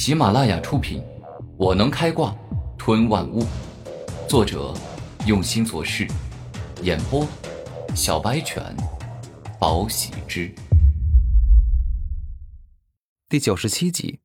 喜马拉雅出品，我能开挂吞万物。作者用心做事，演播小白犬，宝喜之。 第97集。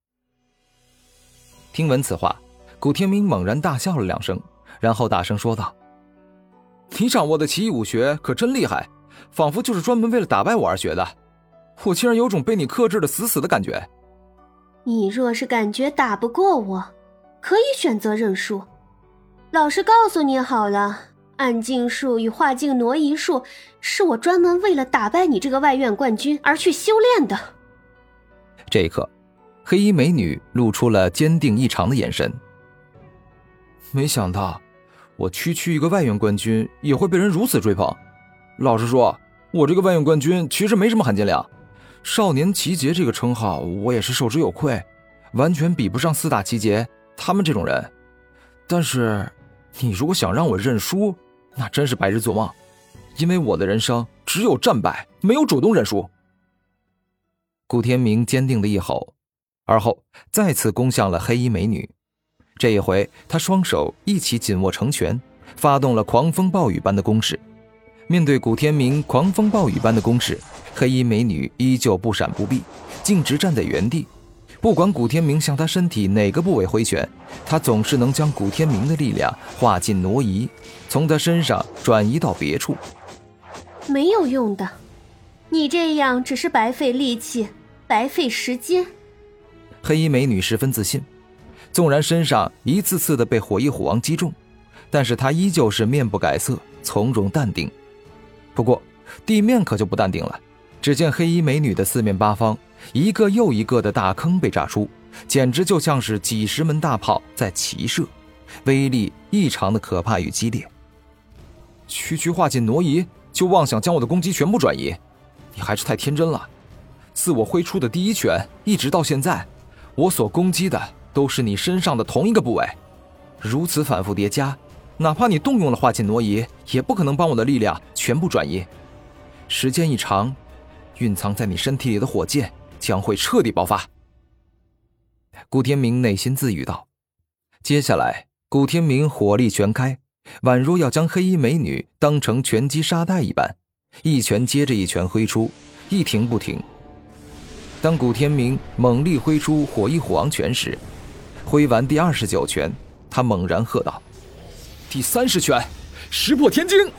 听闻此话，古天明猛然大笑了2声，然后大声说道：你掌握的奇异武学可真厉害，仿佛就是专门为了打败我而学的，我竟然有种被你克制的死死的感觉。 你若是感觉打不过我，可以选择认输。老实告诉你好了，暗境术与化境挪移术是我专门为了打败你这个外院冠军而去修炼的。 这一刻，黑衣美女露出了坚定异常的眼神。没想到我区一个外院冠军也会被人如此追捧。老实说，我这个外院冠军其实没什么含金量，少年奇杰这个称号我也是受之有愧，完全比不上4大奇杰他们这种人。但是你如果想让我认输，那真是白日做梦，因为我的人生只有战败，没有主动认输。顾天明坚定的一吼，而后再次攻向了黑衣美女。这一回他双手一起紧握成拳，发动了狂风暴雨般的攻势。面对古天明狂风暴雨般的攻势，黑衣美女依旧不闪不避，径直站在原地。不管古天明向她身体哪个部位挥拳，她总是能将古天明的力量化进挪移，从他身上转移到别处。 没有用的，你这样只是白费力气，白费时间。 黑衣美女十分自信，纵然身上一次次的被火翼虎王击中，但是她依旧是面不改色，从容淡定。不过地面可就不淡定了，只见黑衣美女的四面八方，一个又一个的大坑被炸出，简直就像是几十门大炮在齐射，威力异常的可怕与激烈。区化进挪移就妄想将我的攻击全部转移，你还是太天真了。自我挥出的第一拳一直到现在，我所攻击的都是你身上的同一个部位，如此反复叠加，哪怕你动用了化进挪移，也不可能帮我的力量全部转移。时间一长，蕴藏在你身体里的火箭将会彻底爆发。古天明内心自语道。接下来古天明火力全开，宛若要将黑衣美女当成拳击沙袋一般，一拳接着一拳挥出，一停不停。当古天明猛力挥出火翼虎王拳时，挥完第29拳，他猛然喝道：第30拳，石破天惊！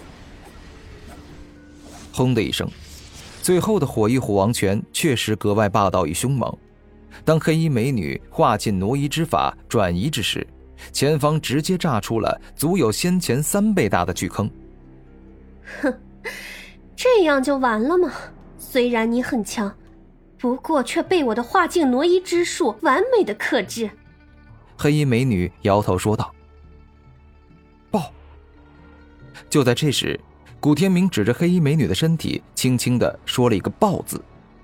轰的一声，最后的火翼虎王拳确实格外霸道与凶猛。当黑衣美女化进挪移之法转移之时，前方直接炸出了足有先前3倍大的巨坑。 哼，这样就完了吗？虽然你很强，不过却被我的化境挪移之术完美的克制。 黑衣美女摇头说道。爆！就在这时，古天明指着黑衣美女的身体轻轻地说了一个爆字。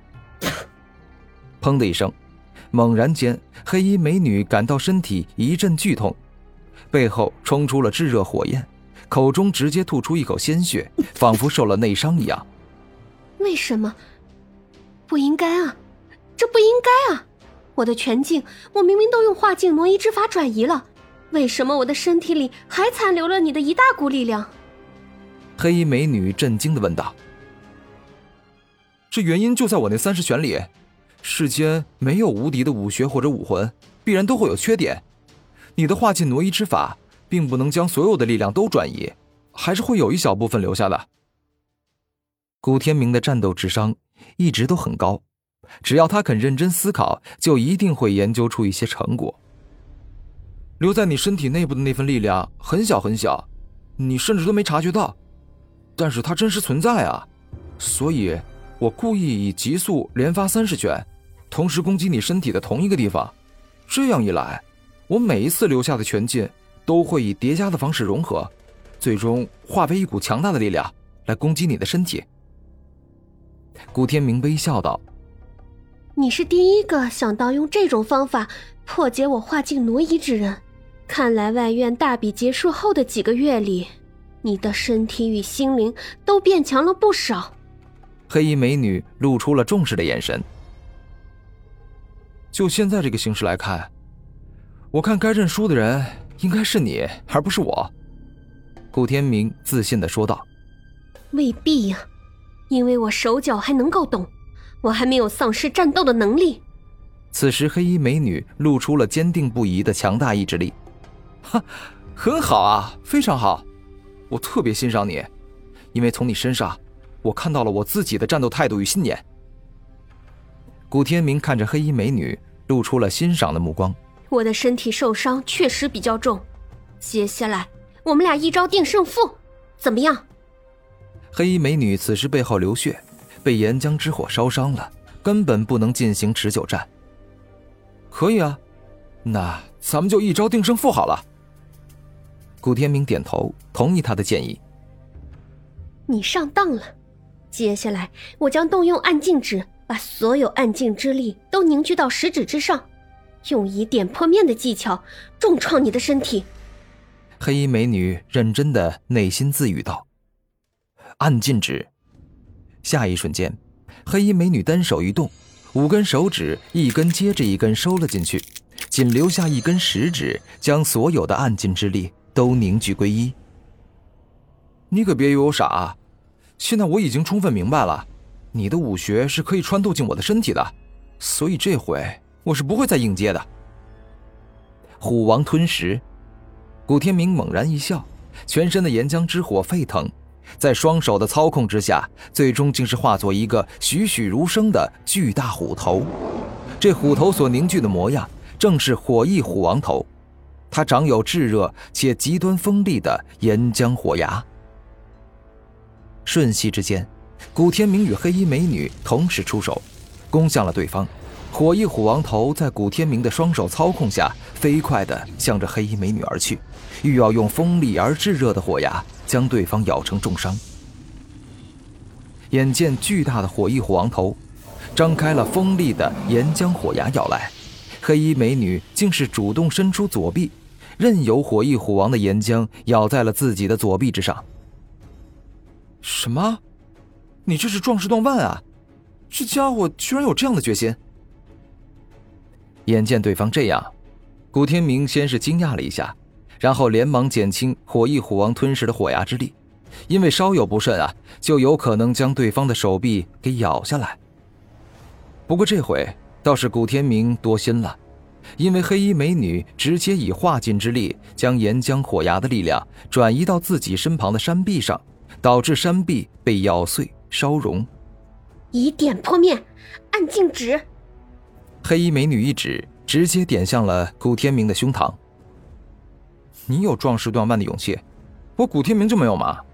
砰的一声，猛然间黑衣美女感到身体一阵剧痛，背后冲出了炙热火焰，口中直接吐出一口鲜血，仿佛受了内伤一样。 为什么？不应该啊，这不应该啊！我的拳境，我明明都用化境挪移之法转移了，为什么我的身体里还残留了你的一大股力量？ 黑衣美女震惊地问道。这原因就在我那30拳里，世间没有无敌的武学或者武魂，必然都会有缺点。你的化境挪移之法并不能将所有的力量都转移，还是会有一小部分留下的。古天明的战斗智商一直都很高，只要他肯认真思考，就一定会研究出一些成果。留在你身体内部的那份力量很小很小，你甚至都没察觉到，但是它真实存在啊！所以我故意以急速连发30拳，同时攻击你身体的同一个地方。这样一来，我每一次留下的拳劲都会以叠加的方式融合，最终化为一股强大的力量来攻击你的身体。古天明微笑道： 你是第一个想到用这种方法破解我化境挪移之人。看来外院大比结束后的几个月里，你的身体与心灵都变强了不少。 黑衣美女露出了重视的眼神。 就现在这个形势来看，我看该认输的人应该是你，而不是我。古天明自信地说道。 未必呀，因为我手脚还能够动，我还没有丧失战斗的能力。 此时黑衣美女露出了坚定不移的强大意志力。哈，很好啊，非常好，我特别欣赏你，因为从你身上我看到了我自己的战斗态度与信念。古天明看着黑衣美女，露出了欣赏的目光。 我的身体受伤确实比较重，接下来我们俩一招定胜负，怎么样？ 黑衣美女此时背后流血，被岩浆之火烧伤了，根本不能进行持久战。可以啊，那咱们就一招定胜负好了。古天明点头，同意他的建议。 你上当了，接下来我将动用暗劲指，把所有暗劲之力都凝聚到食指之上，用以点破面的技巧重创你的身体。 黑衣美女认真的内心自语道。暗劲指。下一瞬间，黑衣美女单手一动，5根手指一根接着一根收了进去，仅留下1根食指，将所有的暗劲之力都凝聚归一。你可别以为我傻，现在我已经充分明白了，你的武学是可以穿透进我的身体的，所以这回我是不会再应接的。虎王吞食。古天明猛然一笑，全身的岩浆之火沸腾，在双手的操控之下，最终竟是化作一个栩栩如生的巨大虎头。这虎头所凝聚的模样，正是火翼虎王头，它长有炙热且极端锋利的岩浆火牙。瞬息之间，古天明与黑衣美女同时出手，攻向了对方。火翼虎王头在古天明的双手操控下，飞快地向着黑衣美女而去，欲要用锋利而炙热的火牙将对方咬成重伤。眼见巨大的火翼虎王头张开了锋利的岩浆火牙咬来，黑衣美女竟是主动伸出左臂，任由火翼虎王的岩浆咬在了自己的左臂之上。什么？你这是壮士断腕啊！这家伙居然有这样的决心！眼见对方这样，古天明先是惊讶了一下，然后连忙减轻火翼虎王吞噬的火牙之力，因为稍有不慎啊，就有可能将对方的手臂给咬下来。不过这回倒是古天明多心了，因为黑衣美女直接以化劲之力将岩浆火牙的力量转移到自己身旁的山壁上，导致山壁被咬碎烧融。 以点破面，暗劲指。 黑衣美女一指，直接点向了古天明的胸膛。你有壮士断腕的勇气，我古天明就没有吗？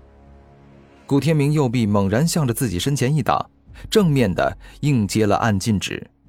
古天明右臂猛然向着自己身前一挡，正面的应接了暗劲指。